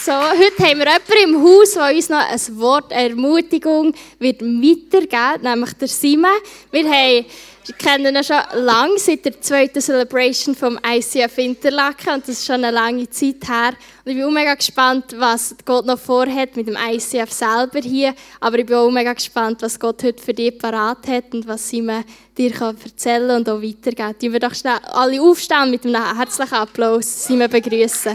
So, heute haben wir jemanden im Haus, der uns noch ein Wort Ermutigung wird weitergeben, nämlich der Simon. Wir kennen ihn schon lange, seit der zweiten Celebration vom ICF Interlaken, und das ist schon eine lange Zeit her. Und ich bin auch mega gespannt, was Gott noch vorhat mit dem ICF selber hier, aber ich bin auch mega gespannt, was Gott heute für dich parat hat und was Simon dir erzählen kann und auch weitergeben. Ich würde doch schnell alle aufstehen und mit einem herzlichen Applaus Simon begrüßen.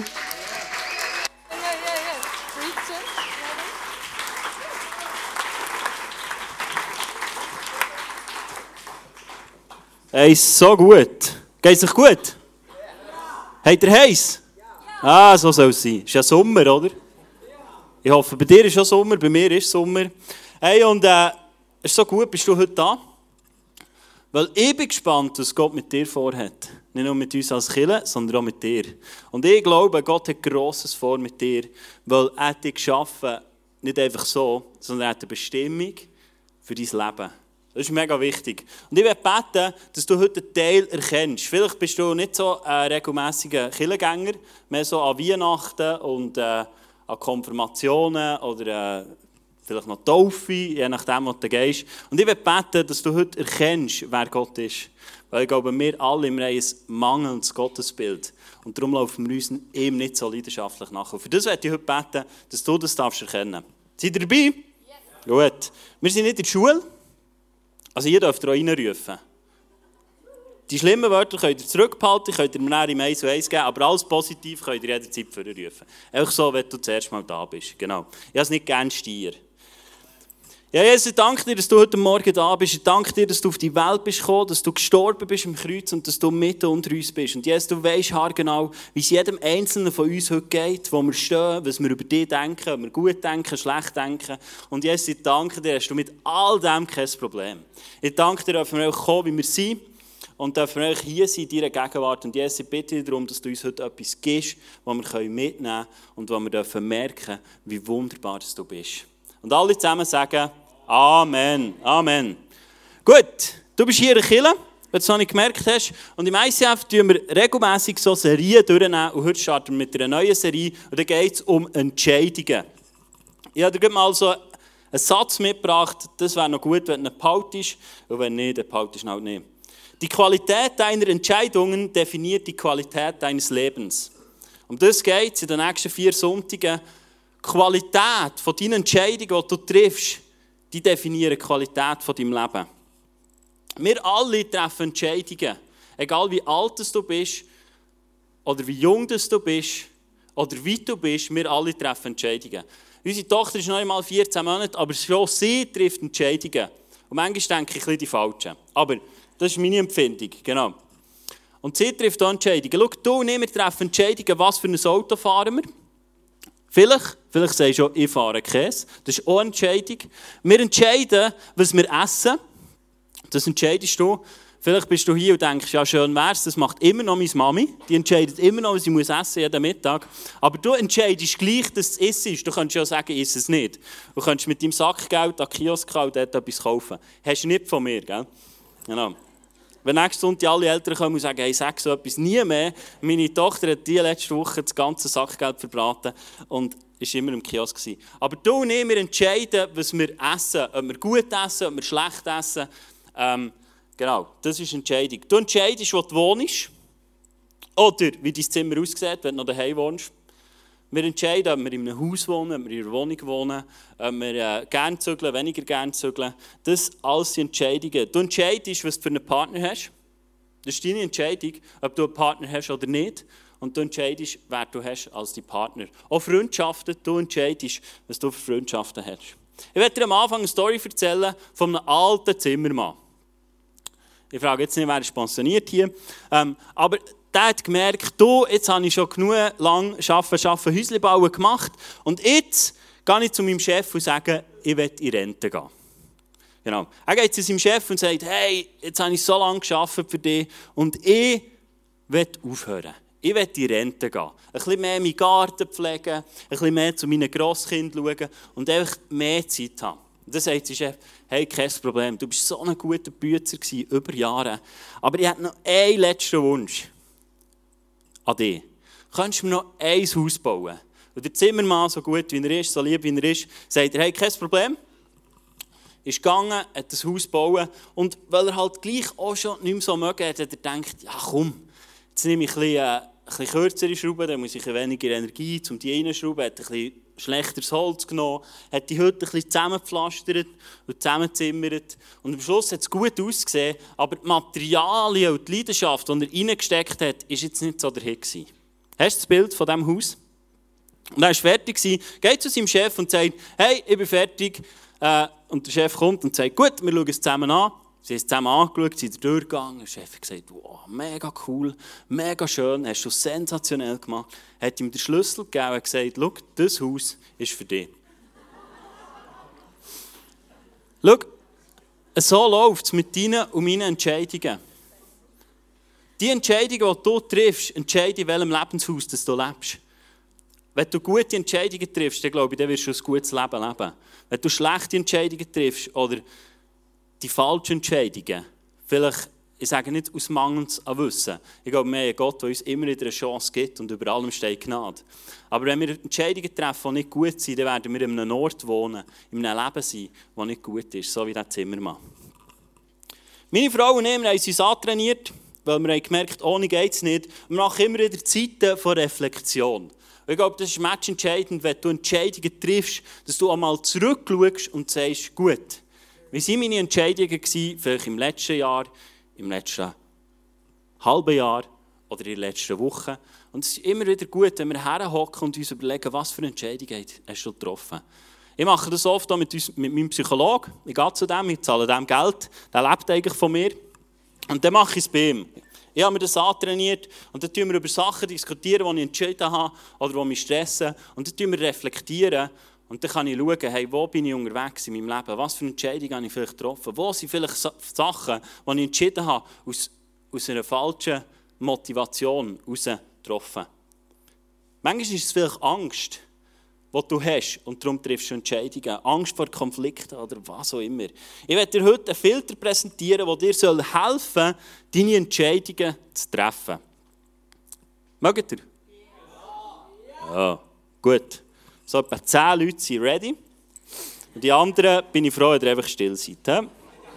Hey, so gut. Geht es euch gut? Ja. Habt ihr heiß? Ja. Ah, so soll es sein. Ist ja Sommer, oder? Ja. Ich hoffe, bei dir ist schon Sommer, bei mir ist Sommer. Hey, und es ist so gut, bist du heute da? Weil ich bin gespannt, was Gott mit dir vorhat. Nicht nur mit uns als Kirche, sondern auch mit dir. Und ich glaube, Gott hat Grosses vor mit dir, weil er dich geschaffen, nicht einfach so, sondern er hat eine Bestimmung für dein Leben. Das ist mega wichtig. Und ich möchte beten, dass du heute einen Teil erkennst. Vielleicht bist du nicht so ein regelmässiger Kirchengänger, mehr so an Weihnachten und an Konfirmationen oder vielleicht noch Taufe, je nachdem, was du gehst. Und ich möchte beten, dass du heute erkennst, wer Gott ist. Weil ich glaube, wir alle haben ein mangelndes Gottesbild. Und darum laufen wir uns ihm nicht so leidenschaftlich nach. Und für das möchte ich heute beten, dass du das erkennen darfst. Seid ihr dabei? Yes. Gut. Wir sind nicht in der Schule. Also ihr dürft auch reinrufen. Die schlimmen Wörter könnt ihr zurückbehalten, könnt ihr mir nachher im 1 zu 1 geben, aber alles positiv könnt ihr jederzeit vorrufen. Einfach so, wenn du zuerst mal da bist. Genau. Ich habe es nicht gerne Stier. Ja, Jesus, ich danke dir, dass du heute Morgen da bist. Ich danke dir, dass du auf die Welt bist gekommen, dass du gestorben bist am Kreuz und dass du mitten unter uns bist. Und Jesus, du weisst haargenau, wie es jedem Einzelnen von uns heute geht, wo wir stehen, was wir über dich denken, ob wir gut denken, schlecht denken. Und Jesus, ich danke dir, hast du mit all dem kein Problem. Ich danke dir, dass wir kommen, wie wir sind. Und dürfen wir hier sein in deiner Gegenwart. Und Jesus, ich bitte dich darum, dass du uns heute etwas gibst, was wir mitnehmen können und wo wir dürfen merken, wie wunderbar du bist. Und alle zusammen sagen, Amen. Amen. Gut, du bist hier in der Kirche, wenn du es noch nicht gemerkt hast. Und im ICF tun wir regelmässig so Serien durchnehmen. Und heute starten wir mit einer neuen Serie. Und da geht es um Entscheidungen. Ich habe dir mal so einen Satz mitgebracht. Das wäre noch gut, wenn du ihn behaltest. Und wenn nicht, dann behaltest du ihn halt nicht. Die Qualität deiner Entscheidungen definiert die Qualität deines Lebens. Um das geht es in den nächsten 4 Sonntagen. Die Qualität von deinen Entscheidungen, die du triffst, die definieren die Qualität von deinem Leben. Wir alle treffen Entscheidungen. Egal wie alt du bist, oder wie jung du bist, oder wie du bist, wir alle treffen Entscheidungen. Unsere Tochter ist noch einmal 14 Monate, aber schon sie trifft Entscheidungen. Und manchmal denke ich ein bisschen die falschen. Aber das ist meine Empfindung, genau. Und sie trifft auch Entscheidungen. Schau, du und ich, wir treffen Entscheidungen, was für ein Auto fahren wir. Vielleicht sagst du auch, ich fahre Käse. Das ist auch eine Entscheidung. Wir entscheiden, was wir essen. Das entscheidest du. Vielleicht bist du hier und denkst, ja, schön wär's, das macht immer noch meine Mami. Die entscheidet immer noch, was sie essen muss jeden Mittag. Aber du entscheidest gleich, dass es ist. Du könntest ja sagen, ich esse es nicht. Du könntest mit deinem Sackgeld an den Kiosk gehen und dort etwas kaufen. Hast du nicht von mir, gell? Genau. Wenn nächsten Sonntag alle Eltern kommen und sagen, hey, sag so etwas nie mehr. Meine Tochter hat die letzte Woche das ganze Sackgeld verbraten und war immer im Kiosk. Aber du und ich, wir entscheiden, was wir essen. Ob wir gut essen, ob wir schlecht essen. Genau, das ist eine Entscheidung. Du entscheidest, wo du wohnst. Oder wie dein Zimmer aussieht, wenn du noch daheim wohnst. Wir entscheiden, ob wir in einem Haus wohnen, ob wir in einer Wohnung wohnen, ob wir gerne zügeln, weniger gerne zügeln. Das alles sind Entscheidungen. Du entscheidest, was du für einen Partner hast. Das ist deine Entscheidung, ob du einen Partner hast oder nicht. Und du entscheidest, wer du hast als dein Partner. Auch Freundschaften, du entscheidest, was du für Freundschaften hast. Ich werde dir am Anfang eine Story erzählen von einem alten Zimmermann. Ich frage jetzt nicht, wer ist pensioniert hier. Aber der hat gemerkt, jetzt habe ich schon genug lang Arbeiten, Häusle bauen gemacht. Und jetzt gehe ich zu meinem Chef und sage, ich will in Rente gehen. Genau. Er geht zu seinem Chef und sagt, hey, jetzt habe ich so lange gearbeitet für dich und ich will aufhören. Ich will in Rente gehen. Ein bisschen mehr meinen Garten pflegen, ein bisschen mehr zu meinen Grosskindern schauen und einfach mehr Zeit haben. Und dann sagt sein Chef, hey, kein Problem, du bist so ein guter Bützer gewesen, über Jahre. Aber ich habe noch einen letzten Wunsch an dich. Könntest du mir noch ein Haus bauen, Und der Zimmermann, so gut wie er ist, so lieb wie er ist, sagt er, hey, kein Problem. Ist gegangen, hat das Haus bauen und weil er halt gleich auch schon nicht mehr so mögen, hat er gedacht, ja komm, jetzt nehme ich ein bisschen kürzere Schrauben, dann muss ich weniger Energie um die reinschrauben, hat ein bisschen schlechteres Holz genommen, hat die Hütte ein bisschen zusammengepflastert und zusammengezimmert und am Schluss hat es gut ausgesehen, aber die Materialien und die Leidenschaft, die er reingesteckt hat, war jetzt nicht so der Hit gewesen. Hast du das Bild von diesem Haus? Und er war fertig, geht zu seinem Chef und sagt, hey, ich bin fertig. Und der Chef kommt und sagt, gut, wir schauen es zusammen an. Sie haben es zusammen angeschaut, sind durchgegangen. Der Chef hat gesagt, wow, mega cool, mega schön, hast du sensationell gemacht. Er hat ihm den Schlüssel gegeben und gesagt, schau, das Haus ist für dich. Schau, so läuft es mit deinen und meinen Entscheidungen. Die Entscheidungen, die du triffst, entscheiden, in welchem Lebenshaus du lebst. Wenn du gute Entscheidungen triffst, dann glaube ich, dann wirst du ein gutes Leben leben. Wenn du schlechte Entscheidungen triffst oder die falschen Entscheidungen, vielleicht, ich sage nicht aus Mangel an Wissen, ich glaube, wir haben einen Gott, der uns immer wieder eine Chance gibt und über allem steht Gnade. Aber wenn wir Entscheidungen treffen, die nicht gut sind, dann werden wir in einem Ort wohnen, in einem Leben sein, das nicht gut ist, so wie der Zimmermann. Meine Frau und ich haben uns antrainiert, weil wir haben gemerkt, ohne geht es nicht. Wir machen immer wieder Zeiten von Reflexion. Ich glaube, das ist matchentscheidend, wenn du Entscheidungen triffst, dass du einmal zurückschaust und sagst, gut, wie waren meine Entscheidungen gewesen, vielleicht im letzten Jahr, im letzten halben Jahr oder in der letzten Woche. Und es ist immer wieder gut, wenn wir herhocken und uns überlegen, was für Entscheidungen hast du getroffen. Ich mache das oft auch mit meinem Psychologen. Ich gehe zu dem, ich zahle dem Geld, der lebt eigentlich von mir. Und dann mache ich es bei ihm. Ich habe mir das antrainiert und dann diskutieren wir über Sachen, die ich entschieden habe oder die mich stressen. Und dann reflektieren und dann kann ich schauen, hey, wo bin ich unterwegs in meinem Leben? Was für Entscheidungen habe ich vielleicht getroffen? Wo sind vielleicht Sachen, die ich entschieden habe, aus einer falschen Motivation heraus getroffen? Manchmal ist es vielleicht Angst, die du hast und darum triffst du Entscheidungen. Angst vor Konflikten oder was auch immer. Ich werde dir heute einen Filter präsentieren, der dir helfen soll, deine Entscheidungen zu treffen. Mögt ihr? Ja, gut. So etwa 10 Leute sind ready. Und die anderen bin ich froh, dass ihr einfach still seid. He?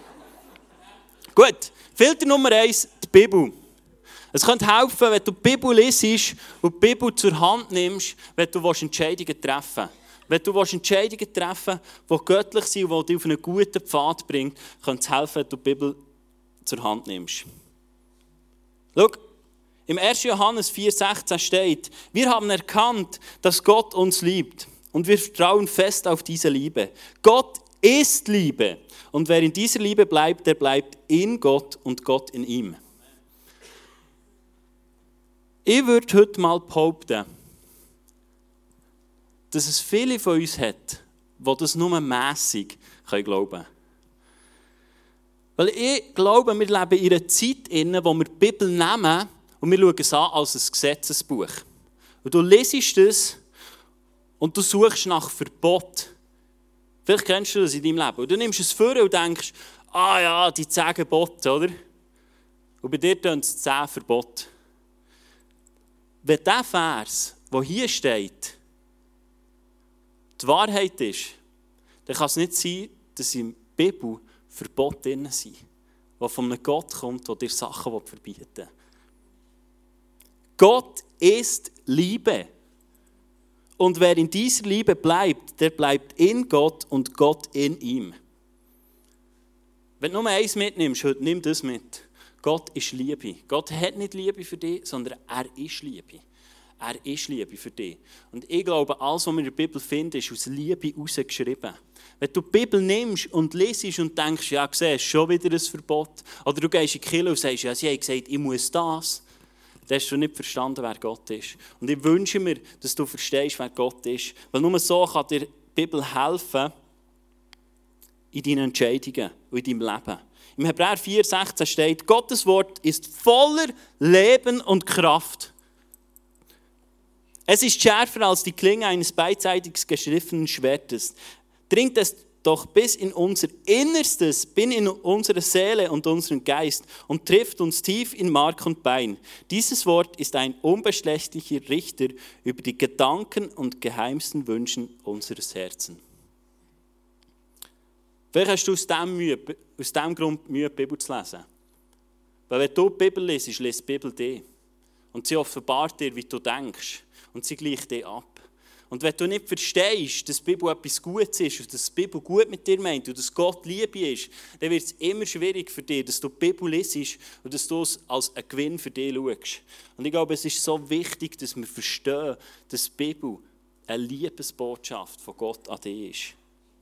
Gut, Filter Nummer 1, die Bibel. Es könnte helfen, wenn du die Bibel liest und die Bibel zur Hand nimmst, wenn du Entscheidungen treffen willst. Wenn du Entscheidungen treffen willst, die göttlich sind und die dich auf einen guten Pfad bringen, könnte es helfen, wenn du die Bibel zur Hand nimmst. Schau, im 1. Johannes 4,16 steht, wir haben erkannt, dass Gott uns liebt und wir vertrauen fest auf diese Liebe. Gott ist Liebe und wer in dieser Liebe bleibt, der bleibt in Gott und Gott in ihm. Ich würde heute mal behaupten, dass es viele von uns hat, die das nur mässig glauben können. Weil ich glaube, wir leben in einer Zeit, in der wir die Bibel nehmen und wir schauen es an als ein Gesetzesbuch. Und du liest es und du suchst nach Verbot. Vielleicht kennst du das in deinem Leben. Und du nimmst es vor und denkst, ah ja, die 10 Gebote, oder? Und bei dir tun es 10 Verbote. Wenn dieser Vers, der hier steht, die Wahrheit ist, dann kann es nicht sein, dass in der Bibel Verbote drin sind, die von einem Gott kommt, der dir Sachen verbieten will. Gott ist Liebe. Und wer in dieser Liebe bleibt, der bleibt in Gott und Gott in ihm. Wenn du nur eins mitnimmst, heute nimm das mit. Gott ist Liebe. Gott hat nicht Liebe für dich, sondern er ist Liebe. Er ist Liebe für dich. Und ich glaube, alles, was wir in der Bibel finden, ist aus Liebe herausgeschrieben. Wenn du die Bibel nimmst und liest und denkst, ja, siehst schon wieder ein Verbot, oder du gehst in die Kirche und sagst, ja, sie haben gesagt, ich muss das, dann hast du nicht verstanden, wer Gott ist. Und ich wünsche mir, dass du verstehst, wer Gott ist. Weil nur so kann dir die Bibel helfen in deinen Entscheidungen und in deinem Leben. Im Hebräer 4,16 steht, Gottes Wort ist voller Leben und Kraft. Es ist schärfer als die Klinge eines beidseitig geschliffenen Schwertes. Dringt es doch bis in unser Innerstes, bis in unsere Seele und unseren Geist und trifft uns tief in Mark und Bein. Dieses Wort ist ein unbeschlechtlicher Richter über die Gedanken und geheimsten Wünschen unseres Herzens. Vielleicht hast du aus diesem Grund Mühe, die Bibel zu lesen. Weil wenn du die Bibel liest, liest die Bibel dich. Und sie offenbart dir, wie du denkst. Und sie gleicht dich ab. Und wenn du nicht verstehst, dass die Bibel etwas Gutes ist und dass die Bibel gut mit dir meint und dass Gott Liebe ist, dann wird es immer schwierig für dich, dass du die Bibel liest und dass du es als einen Gewinn für dich schaust. Und ich glaube, es ist so wichtig, dass wir verstehen, dass die Bibel eine Liebesbotschaft von Gott an dich ist.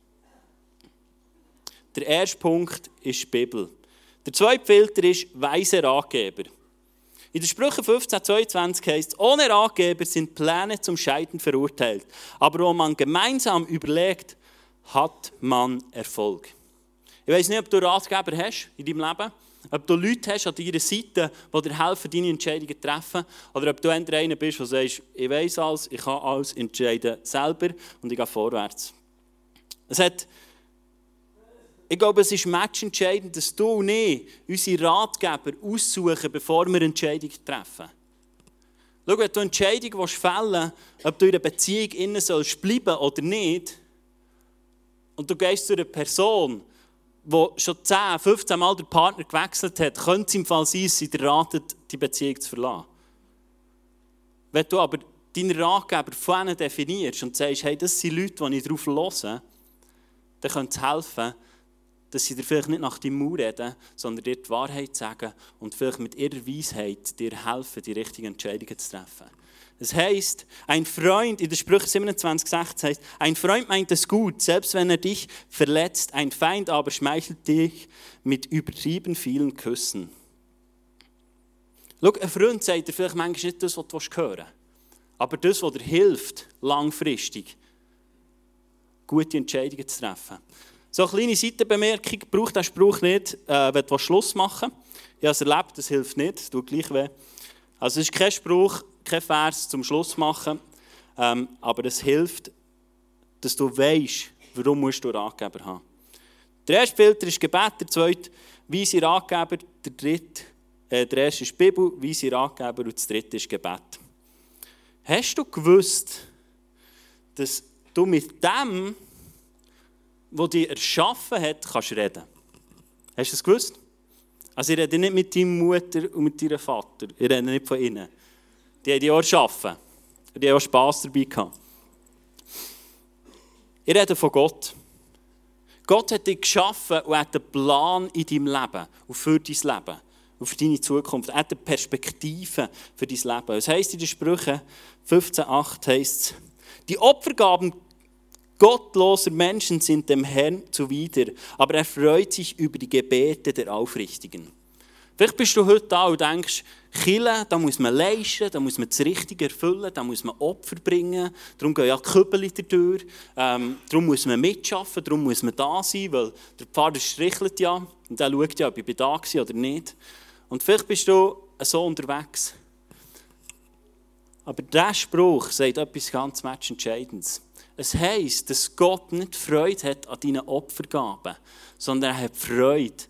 Der erste Punkt ist die Bibel. Der zweite Filter ist weise Ratgeber. In den Sprüchen 15,22 heisst es, ohne Ratgeber sind Pläne zum Scheitern verurteilt. Aber wo man gemeinsam überlegt, hat man Erfolg. Ich weiss nicht, ob du Ratgeber hast in deinem Leben, ob du Leute hast an deiner Seite, die dir helfen, deine Entscheidungen zu treffen, oder ob du entweder einer bist, der sagt, ich weiss alles, ich kann alles entscheiden selber und ich gehe vorwärts. Ich glaube, es ist matchentscheidend, dass du und ich unsere Ratgeber aussuchen, bevor wir Entscheidungen treffen. Schau, wenn du Entscheidungen fällen willst, ob du in einer Beziehung bleiben sollst oder nicht, und du gehst zu einer Person, die schon 10, 15 Mal den Partner gewechselt hat, könnte es im Fall sein, dass sie dir ratet, die Beziehung zu verlassen. Wenn du aber deinen Ratgeber von ihnen definierst und sagst, hey, das sind Leute, die ich darauf höre, dann könnte es helfen, dass sie dir vielleicht nicht nach deinem Mund reden, sondern dir die Wahrheit sagen und vielleicht mit ihrer Weisheit dir helfen, die richtigen Entscheidungen zu treffen. Das heisst, ein Freund, in der Sprüche 27,6 heißt, ein Freund meint es gut, selbst wenn er dich verletzt, ein Feind aber schmeichelt dich mit übertrieben vielen Küssen. Schau, ein Freund sagt dir vielleicht manchmal nicht das, was du hören willst, aber das, was dir hilft, langfristig gute Entscheidungen zu treffen. So eine kleine Seitenbemerkung, braucht der Spruch nicht, wenn du Schluss machen willst. Ich habe es erlebt, das hilft nicht, es tut gleich weh. Also es ist kein Spruch, kein Vers zum Schluss machen, aber es hilft, dass du weißt, warum musst du Ratgeber haben. Der erste Filter ist Gebet, der zweite weise Ratgeber, der erste ist Bibel, weise Ratgeber und das dritte ist Gebet. Hast du gewusst, dass du mit dem, was dich erschaffen hat, kannst reden? Hast du das gewusst? Also ich rede nicht mit deiner Mutter und mit deinem Vater. Ich rede nicht von ihnen. Die haben dich auch erschaffen. Die haben auch Spass dabei gehabt. Ich rede von Gott. Gott hat dich geschaffen und hat einen Plan in deinem Leben und für dein Leben und für deine Zukunft. Er hat eine Perspektive für dein Leben. Es heisst in den Sprüchen 15,8 heisst es, die Opfergaben gottloser Menschen sind dem Herrn zuwider, aber er freut sich über die Gebete der Aufrichtigen. Vielleicht bist du heute da und denkst, Kirche, da muss man leisten, da muss man das Richtige erfüllen, da muss man Opfer bringen, darum gehen ja die Kübel durch, darum muss man mitschaffen, darum muss man da sein, weil der Pfarrer strichelt ja und der schaut ja, ob ich da war oder nicht. Und vielleicht bist du so unterwegs. Aber dieser Spruch sagt etwas ganz Entscheidendes. Es heisst, dass Gott nicht Freude hat an deinen Opfergaben, sondern er hat Freude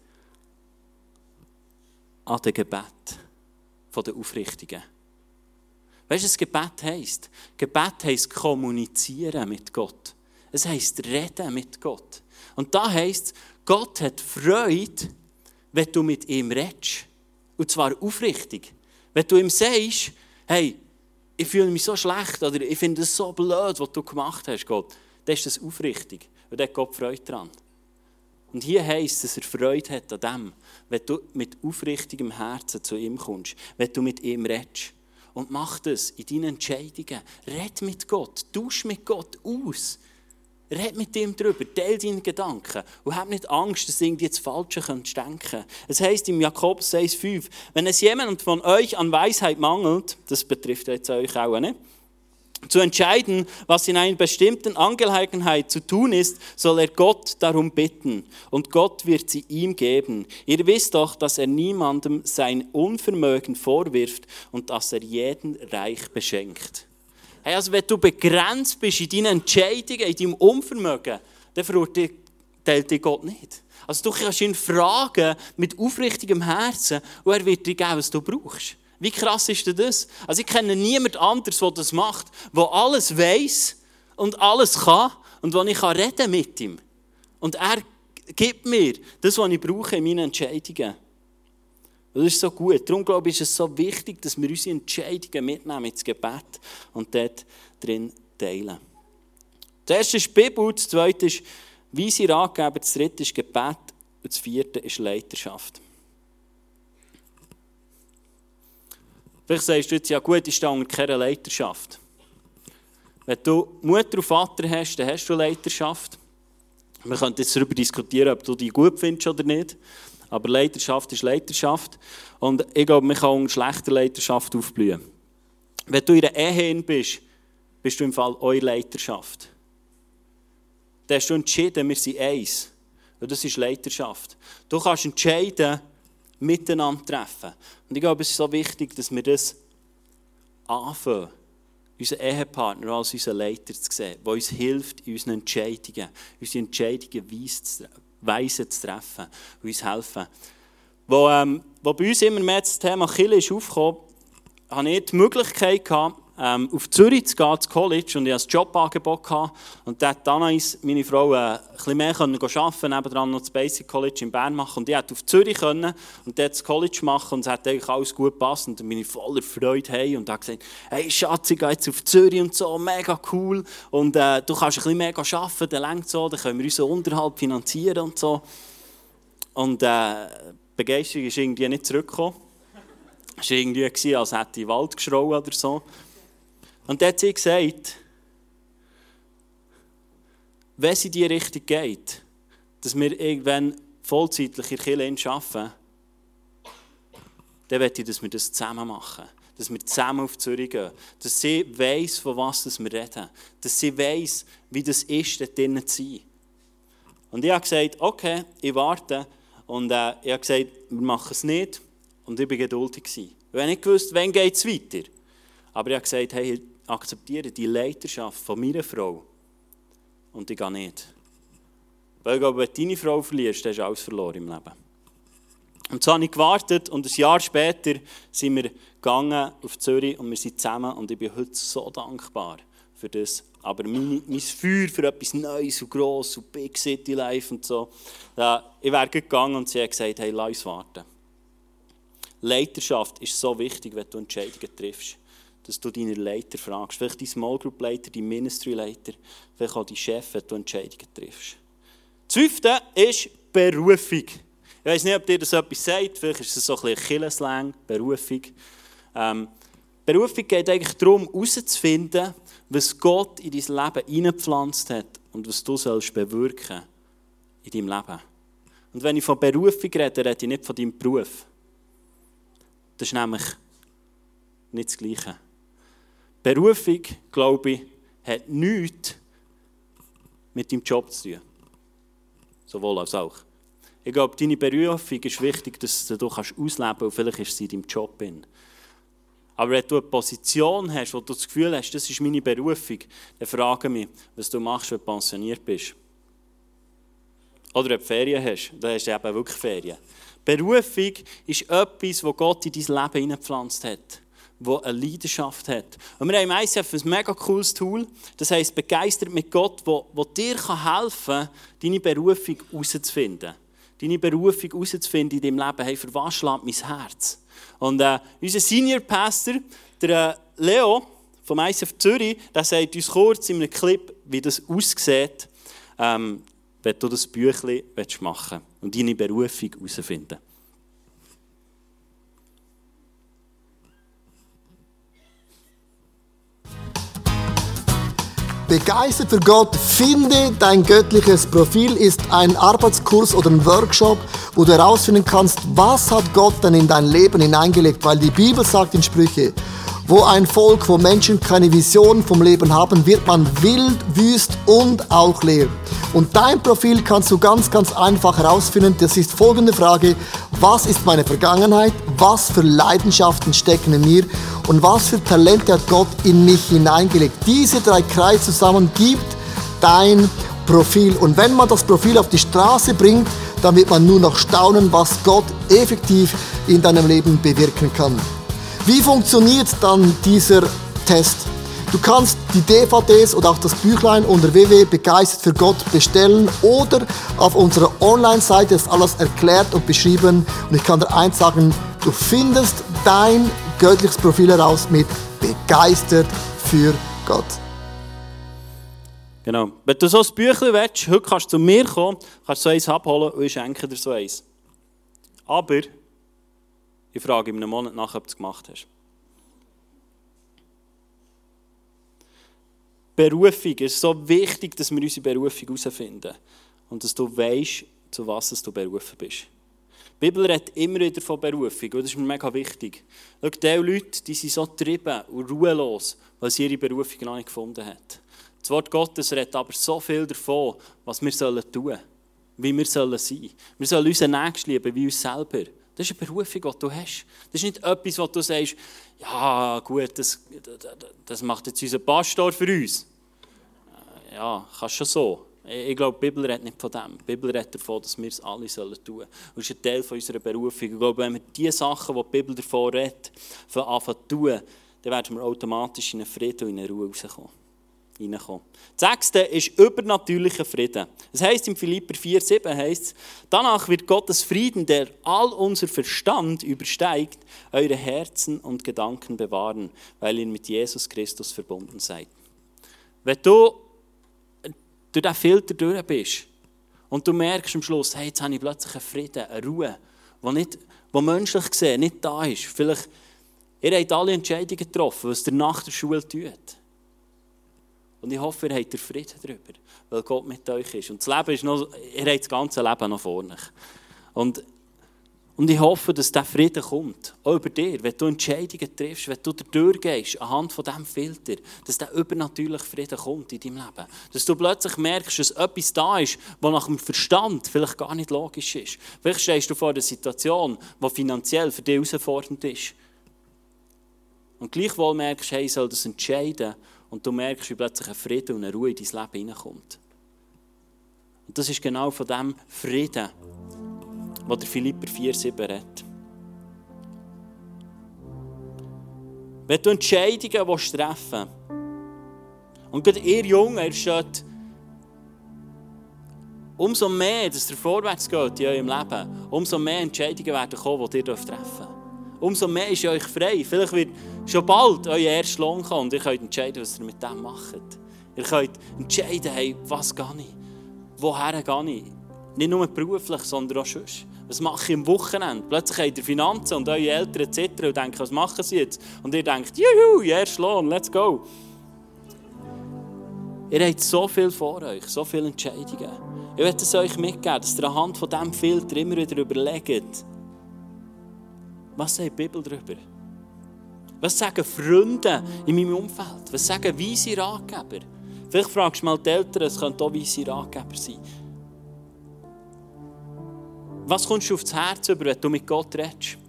an dem Gebet der Aufrichtigen. Weißt du, was Gebet heisst? Gebet heisst kommunizieren mit Gott. Es heisst reden mit Gott. Und da heisst es, Gott hat Freude, wenn du mit ihm redest. Und zwar aufrichtig. Wenn du ihm sagst, hey, ich fühle mich so schlecht oder ich finde es so blöd, was du gemacht hast, Gott, dann ist das aufrichtig. Und da hat Gott Freude daran. Und hier heisst es, dass er Freude hat an dem, wenn du mit aufrichtigem Herzen zu ihm kommst, wenn du mit ihm redest. Und mach das in deinen Entscheidungen. Red mit Gott, tausch mit Gott aus. Red mit ihm darüber, teile deine Gedanken und hab nicht Angst, dass du irgendwie das Falsche denken könntest. Es heisst im Jakobus 6,5, wenn es jemand von euch an Weisheit mangelt, das betrifft jetzt euch auch nicht, zu entscheiden, was in einer bestimmten Angelegenheit zu tun ist, soll er Gott darum bitten und Gott wird sie ihm geben. Ihr wisst doch, dass er niemandem sein Unvermögen vorwirft und dass er jeden reich beschenkt. Hey, also wenn du begrenzt bist in deinen Entscheidungen, in deinem Unvermögen, dann verurteilt verurteilt dich Gott nicht. Also du kannst ihn fragen mit aufrichtigem Herzen und er wird dir geben, was du brauchst. Wie krass ist denn das? Also ich kenne niemanden anderes, der das macht, der alles weiss und alles kann und wo ich reden mit ihm. Und er gibt mir das, was ich brauche in meinen Entscheidungen. Und das ist so gut. Darum glaube ich, ist es so wichtig, dass wir unsere Entscheidungen mitnehmen ins Gebet und dort drin teilen. Das erste ist die Bibel, das zweite ist weise Ratgeber, das dritte ist Gebet und das vierte ist Leiterschaft. Vielleicht sagst du jetzt, ja gut, ich stehe unter keiner Leiterschaft. Wenn du Mutter und Vater hast, dann hast du Leiterschaft. Wir können jetzt darüber diskutieren, ob du die gut findest oder nicht. Aber Leiterschaft ist Leiterschaft. Und ich glaube, man kann unter schlechter Leiterschaft aufblühen. Wenn du in einer Ehe bist, bist du im Fall eure Leiterschaft. Dann hast du entschieden, wir sind eins. Und das ist Leiterschaft. Du kannst entscheiden, miteinander treffen. Und ich glaube, es ist so wichtig, dass wir das anfangen, unseren Ehepartner als unseren Leiter zu sehen, der uns hilft, in unseren Entscheidungen, unsere Entscheidungen weise zu treffen und uns helfen. Wo bei uns immer mehr das Thema Kirche ist aufgekommen, hatte ich die Möglichkeit gehabt, auf Zürich zu gehen, ins College, und ich hatte ein Jobangebot gehabt. Und da hat Anais, meine Frau, ein bisschen mehr arbeiten, nebenan noch das Basic College in Bern machen. Und ich konnte auf Zürich können und dort das College machen, und es hat eigentlich alles gut gepasst. Und dann bin ich voller Freude heim und habe gesagt, hey Schatz, ich gehe jetzt auf Zürich und so, mega cool. Und du kannst ein bisschen mehr arbeiten, dann reicht so, dann können wir unseren Unterhalt finanzieren und so. Und die Begeisterung ist irgendwie nicht zurückgekommen. Es war irgendwie, als hätte ich in den Wald geschrauen oder so. Und dann hat sie gesagt, wenn es in diese Richtung geht, dass wir irgendwann vollzeitlich in der Kirche arbeiten, dann möchte ich, dass wir das zusammen machen. Dass wir zusammen auf Zürich gehen. Dass sie weiss, von was wir reden. Dass sie weiss, wie das ist, dort drinnen zu sein. Und ich habe gesagt, okay, ich warte. Und ich habe gesagt, wir machen es nicht. Und ich war geduldig. Ich habe nicht gewusst, wann geht es weiter. Aber ich habe gesagt, hey, ich akzeptiere die Leiterschaft von meiner Frau. Und ich gehe nicht. Weil ich glaube, wenn du deine Frau verlierst, dann hast du alles verloren im Leben. Und so habe ich gewartet und ein Jahr später sind wir gegangen auf Zürich und wir sind zusammen und ich bin heute so dankbar für das. Aber mein Feuer für etwas Neues und Grosses und Big City Life und so, ich wäre gegangen und sie hat gesagt, hey, lass uns warten. Leiterschaft ist so wichtig, wenn du Entscheidungen triffst. Dass du deine Leiter fragst, vielleicht die Small Group Leiter, die Ministry Leiter, vielleicht auch die Chefs, wenn du Entscheidungen triffst. Das fünfte ist Berufung. Ich weiss nicht, ob dir das etwas sagt, vielleicht ist es so ein bisschen Kirchenslang, Berufung. Berufung geht eigentlich darum, herauszufinden, was Gott in dein Leben hineingepflanzt hat und was du sollst bewirken in deinem Leben. Und wenn ich von Berufung rede, rede ich nicht von deinem Beruf. Das ist nämlich nicht das Gleiche. Berufung, glaube ich, hat nichts mit deinem Job zu tun. Sowohl als auch. Ich glaube, deine Berufung ist wichtig, dass du ausleben kannst und vielleicht ist sie in deinem Job. Aber wenn du eine Position hast, wo du das Gefühl hast, das ist meine Berufung, dann frage mich, was du machst, wenn du pensioniert bist. Oder wenn du Ferien hast, dann hast du eben wirklich Ferien. Berufung ist etwas, das Gott in dein Leben hineingepflanzt hat. Der eine Leidenschaft hat. Und wir haben im ICF ein mega cooles Tool, das heisst «Begeistert mit Gott», wo dir helfen kann, deine Berufung herauszufinden. Deine Berufung herauszufinden in deinem Leben. Hey, für was schlägt mein Herz? Und unser Senior Pastor, der Leo vom ICF Zürich, der sagt uns kurz in einem Clip, wie das aussieht, wenn du das Büchlein machen willst und deine Berufung herausfinden. Begeistert für Gott, finde dein göttliches Profil ist ein Arbeitskurs oder ein Workshop, wo du herausfinden kannst, was hat Gott denn in dein Leben hineingelegt. Weil die Bibel sagt in Sprüche, wo ein Volk, wo Menschen keine Vision vom Leben haben, wird man wild, wüst und auch leer. Und dein Profil kannst du ganz, ganz einfach herausfinden. Das ist folgende Frage: Was ist meine Vergangenheit? Was für Leidenschaften stecken in mir? Und was für Talente hat Gott in mich hineingelegt? Diese 3 Kreise zusammen gibt dein Profil. Und wenn man das Profil auf die Straße bringt, dann wird man nur noch staunen, was Gott effektiv in deinem Leben bewirken kann. Wie funktioniert dann dieser Test? Du kannst die DVDs oder auch das Büchlein unter www.begeistertfürgott bestellen oder auf unserer Online-Seite ist alles erklärt und beschrieben. Und ich kann dir eins sagen, du findest dein göttliches Profil heraus mit begeistert für Gott. Genau. Wenn du so ein Büchlein willst, heute kannst du zu mir kommen, kannst so eins abholen und ich schenke dir so eins. Aber ich frage in einem Monat nach, ob du es gemacht hast. Berufung ist so wichtig, dass wir unsere Berufung herausfinden. Und dass du weißt, zu was du berufen bist. Die Bibel redet immer wieder von Berufung und das ist mir mega wichtig. Schau, die Leute, die sind so getrieben und ruhelos, weil sie ihre Berufung noch nicht gefunden haben. Das Wort Gottes redet aber so viel davon, was wir tun sollen, wie wir sein sollen. Wir sollen unseren Nächsten lieben wie uns selber. Das ist eine Berufung, die du hast. Das ist nicht etwas, wo du sagst, ja gut, das macht jetzt unser Pastor für uns. Ja, kannst schon so. Ich glaube, die Bibel redet nicht von dem. Die Bibel redet davon, dass wir es alle tun sollen. Und das ist ein Teil unserer Berufung. Ich glaube, wenn wir die Sachen, die die Bibel davon redet, anfangen zu tun, dann werden wir automatisch in einen Frieden und in eine Ruhe reinkommen. Das 6. ist übernatürlicher Frieden. Es heisst in Philipper 4,7 heisst, danach wird Gottes Frieden, der all unser Verstand übersteigt, eure Herzen und Gedanken bewahren, weil ihr mit Jesus Christus verbunden seid. Wenn du durch diesen Filter durch bist und du merkst am Schluss, hey, jetzt habe ich plötzlich einen Frieden, eine Ruhe, die menschlich gesehen nicht da ist. Vielleicht, ihr habt alle Entscheidungen getroffen, was ihr nach der Schule tut. Und ich hoffe, ihr habt den Frieden darüber, weil Gott mit euch ist. Und das Leben ist noch, ihr habt das ganze Leben noch vor euch. Und ich hoffe, dass dieser Frieden kommt, auch über dir, wenn du Entscheidungen triffst, wenn du durchgehst, anhand von diesem Filter, dass dieser übernatürliche Frieden kommt in deinem Leben. Dass du plötzlich merkst, dass etwas da ist, was nach dem Verstand vielleicht gar nicht logisch ist. Vielleicht stehst du vor einer Situation, die finanziell für dich herausfordernd ist. Und gleichwohl merkst du, hey, ich soll das entscheiden. Und du merkst, wie plötzlich ein Frieden und eine Ruhe in dein Leben hineinkommt. Und das ist genau von dem Frieden, wo der Philipper 4,7 redet. Wenn du Entscheidungen treffen willst, und gerade ihr Jungen, ihr steht, umso mehr, dass ihr vorwärts geht in eurem Leben, umso mehr Entscheidungen werden kommen, die ihr treffen dürft. Umso mehr ist euch frei. Vielleicht wird schon bald euer erster Lohn kommen und ihr könnt entscheiden, was ihr mit dem macht. Ihr könnt entscheiden, hey, was gehe ich? Woher gehe ich? Nicht nur beruflich, sondern auch sonst. Was mache ich am Wochenende? Plötzlich habt ihr Finanzen und eure Eltern zittern und denken, was machen sie jetzt? Und ihr denkt, juhu, erster Lohn, let's go. Ihr habt so viel vor euch, so viele Entscheidungen. Ich möchte es euch mitgeben, dass ihr anhand von diesem Filter immer wieder überlegt, was sagt die Bibel darüber? Was sagen Freunde in meinem Umfeld? Was sagen weise Ratgeber? Vielleicht fragst du mal die Eltern, es könnten auch weise Ratgeber sein. Was kommst du aufs Herz über, wenn du mit Gott redest?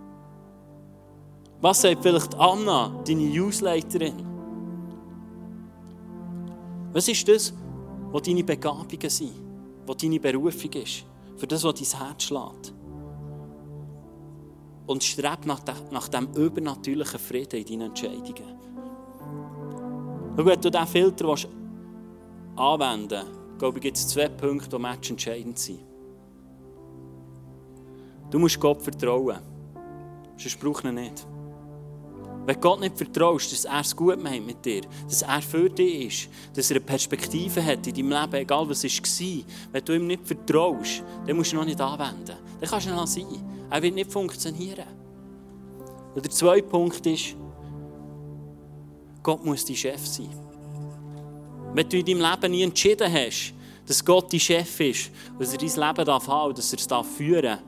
Was sagt vielleicht Anna, deine Newsleiterin? Was ist das, was deine Begabungen sind? Was deine Berufung ist? Für das, was dein Herz schlägt? Und streb nach dem übernatürlichen Frieden in deinen Entscheidungen. Und wenn du diesen Filter anwenden willst, glaube ich, gibt es 2 Punkte, die matchentscheidend sind. Du musst Gott vertrauen. Sonst braucht er nicht. Wenn Gott nicht vertraust, dass er es gut meint mit dir, dass er für dich ist, dass er eine Perspektive hat in deinem Leben, egal was es war, wenn du ihm nicht vertraust, dann musst du ihn noch nicht anwenden. Dann kannst du ihn noch sein. Er wird nicht funktionieren. Und der 2. Punkt ist, Gott muss dein Chef sein. Wenn du in deinem Leben nie entschieden hast, dass Gott dein Chef ist, dass er dein Leben haben darf und dass er es führen darf,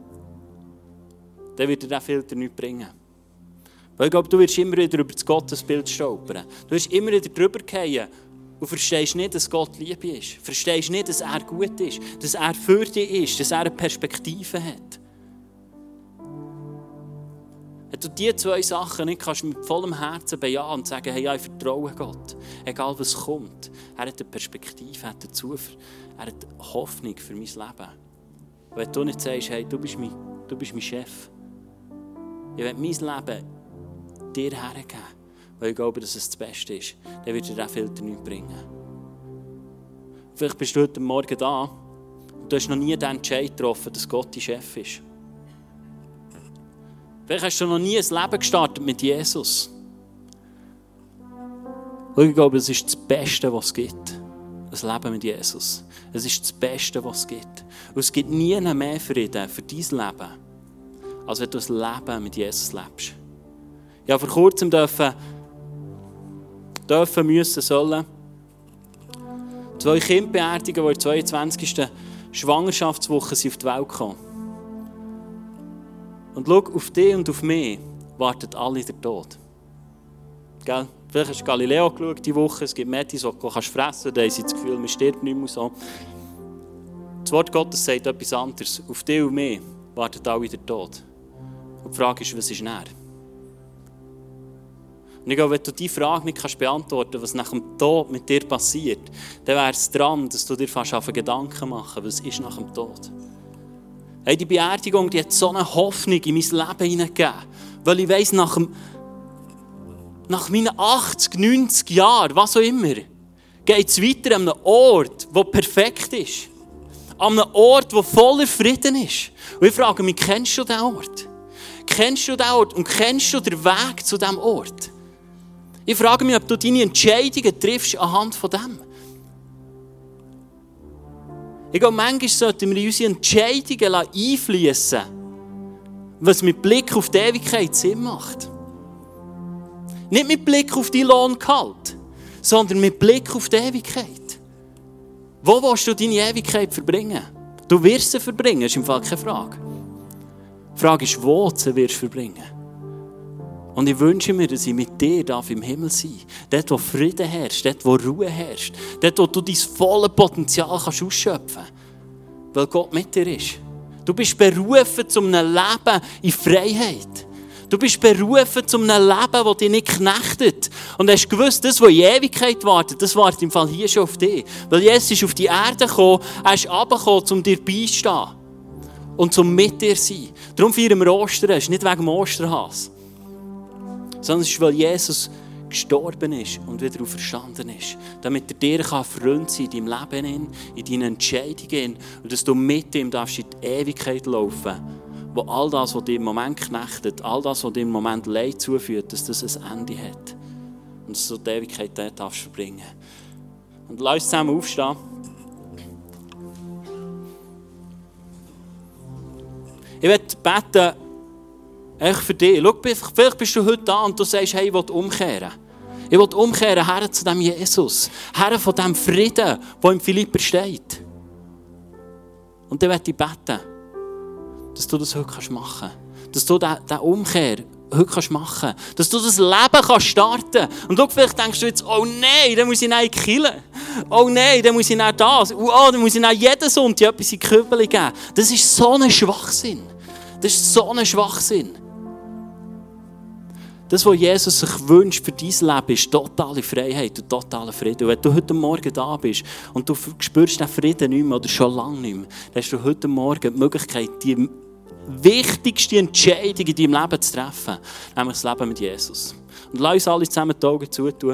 dann wird dir dieser Filter nichts bringen. Weil ich glaube, du wirst immer wieder über das Gottesbild stolpern. Du wirst immer wieder drüber fallen und verstehst nicht, dass Gott Liebe ist. Verstehst nicht, dass er gut ist, dass er für dich ist, dass er eine Perspektive hat. Wenn du diese zwei Sachen nicht kannst mit vollem Herzen bejahen und sagen, hey, ja, ich vertraue Gott, egal was kommt. Er hat eine Perspektive, er hat Hoffnung für mein Leben. Und wenn du nicht sagst, hey, du bist mein Chef, ich will mein Leben dir hergeben, weil ich glaube, dass es das Beste ist, dann wird dir auch Filter nichts bringen. Vielleicht bist du heute Morgen da und du hast noch nie den Entscheid getroffen, dass Gott dein Chef ist. Vielleicht hast du noch nie ein Leben gestartet mit Jesus. Und ich glaube, es ist das Beste, was es gibt. Ein Leben mit Jesus. Es ist das Beste, was es gibt. Und es gibt nie mehr Frieden für dein Leben, als wenn du ein Leben mit Jesus lebst. Ich habe vor kurzem sollen 2 Kinder beerdigen, die in der 22. Schwangerschaftswoche auf die Welt kamen. Und schau, auf dich und auf mich wartet alle der Tod. Gell? Vielleicht hast du Galileo geschaut diese Woche, es gibt Metis, die du fressen kannst, da haben sie das Gefühl, man stirbt nicht mehr so. Das Wort Gottes sagt etwas anderes. Auf dich und mich wartet alle der Tod. Und die Frage ist, was ist näher? Und ich glaube, wenn du diese Frage nicht beantworten kannst, was nach dem Tod mit dir passiert, dann wäre es dran, dass du dir fast Gedanken machen, was ist nach dem Tod. Hey, die Beerdigung, die hat so eine Hoffnung in mein Leben hineingegeben. Weil ich weiss, nach meinen 80, 90 Jahren, was auch immer, geht es weiter an einem Ort, der perfekt ist. An einem Ort, der voller Frieden ist. Und ich frage mich, kennst du diesen Ort? Kennst du diesen Ort und kennst du den Weg zu diesem Ort? Ich frage mich, ob du deine Entscheidungen triffst anhand von dem. Ich glaube, manchmal sollten wir in unsere Entscheidungen einfließen, was mit Blick auf die Ewigkeit Sinn macht. Nicht mit Blick auf dein Lohngehalt, sondern mit Blick auf die Ewigkeit. Wo willst du deine Ewigkeit verbringen? Du wirst sie verbringen, ist im Fall keine Frage. Die Frage ist, wo du sie wirst verbringen. Und ich wünsche mir, dass ich mit dir im Himmel sein darf. Dort, wo Frieden herrscht, dort, wo Ruhe herrscht. Dort, wo du dein volles Potenzial ausschöpfen kannst. Weil Gott mit dir ist. Du bist berufen zu einem Leben in Freiheit. Du bist berufen zu einem Leben, das dich nicht knechtet. Und hast gewusst, das, was in Ewigkeit wartet, das wartet im Fall hier schon auf dich. Weil Jesus ist auf die Erde gekommen, er ist runtergekommen, um dir beizustehen. Und um mit dir zu sein. Darum feiern wir Ostern. Es ist nicht wegen dem Osterhas. Sondern es ist, weil Jesus gestorben ist und wieder auferstanden ist. Damit er dir Freund sein kann in deinem Leben, in deinen Entscheidungen. Und dass du mit ihm darfst in die Ewigkeit laufen, wo all das, was dir im Moment knechtet, all das, was dir im Moment Leid zuführt, dass das ein Ende hat. Und dass du die Ewigkeit dort darfst verbringen. Und lass uns zusammen aufstehen. Ich möchte beten, echt für dich. Schau, vielleicht bist du heute da und du sagst, hey, ich will umkehren. Ich will umkehren her zu dem Jesus. Her von dem Frieden, der im Philipper steht. Und dann möchte ich beten, dass du das heute machen kannst. Dass du diesen Umkehr heute machen kannst. Dass du das Leben starten kannst. Und du vielleicht denkst du jetzt, oh nein, dann muss ich nicht killen. Oh nein, dann muss ich nicht das. Oh, dann muss ich nicht jeden Sonntag etwas in die Kübel geben. Das ist so ein Schwachsinn. Das ist so ein Schwachsinn. Das, was Jesus sich wünscht für dein Leben, ist totale Freiheit und totaler Frieden. Und wenn du heute Morgen da bist und du spürst den Frieden nicht mehr oder schon lange nicht mehr, dann hast du heute Morgen die Möglichkeit, die wichtigste Entscheidung in deinem Leben zu treffen, nämlich das Leben mit Jesus. Und lass uns alle zusammen die Augen zutun.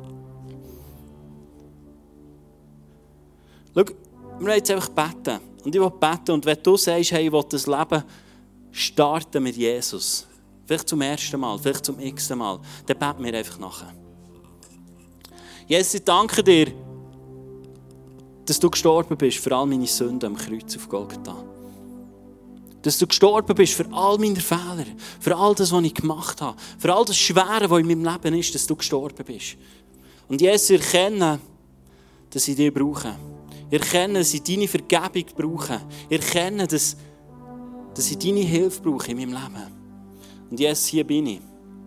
Schau, wir wollen jetzt einfach beten. Und ich will beten. Und wenn du sagst, hey, ich will das Leben starten mit Jesus, vielleicht zum ersten Mal, vielleicht zum x-ten Mal, dann beten wir einfach nachher. Jesus, ich danke dir, dass du gestorben bist für all meine Sünden am Kreuz auf Golgatha. Dass du gestorben bist für all meine Fehler, für all das, was ich gemacht habe, für all das Schwere, was in meinem Leben ist, dass du gestorben bist. Und Jesus, ich erkenne, dass ich dich brauche. Ich erkenne, dass ich deine Vergebung brauche. Ich erkenne, dass ich deine Hilfe brauche in meinem Leben. Und Jesus, hier bin ich.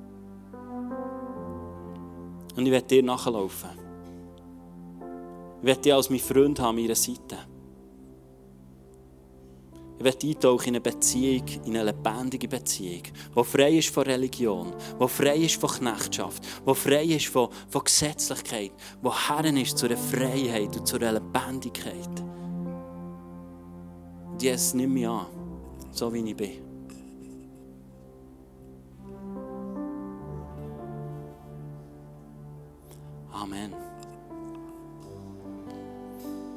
Und ich werde dir nachlaufen. Ich werde dich als mein Freund haben an meiner Seite. Ich Ich möchte eintauchen in eine Beziehung, in eine lebendige Beziehung, die frei ist von Religion, die frei ist von Knechtschaft, die frei ist von Gesetzlichkeit, die Herren ist zu einer Freiheit und zu einer Lebendigkeit. Und Jesus, nimm mich an, so wie ich bin. Amen.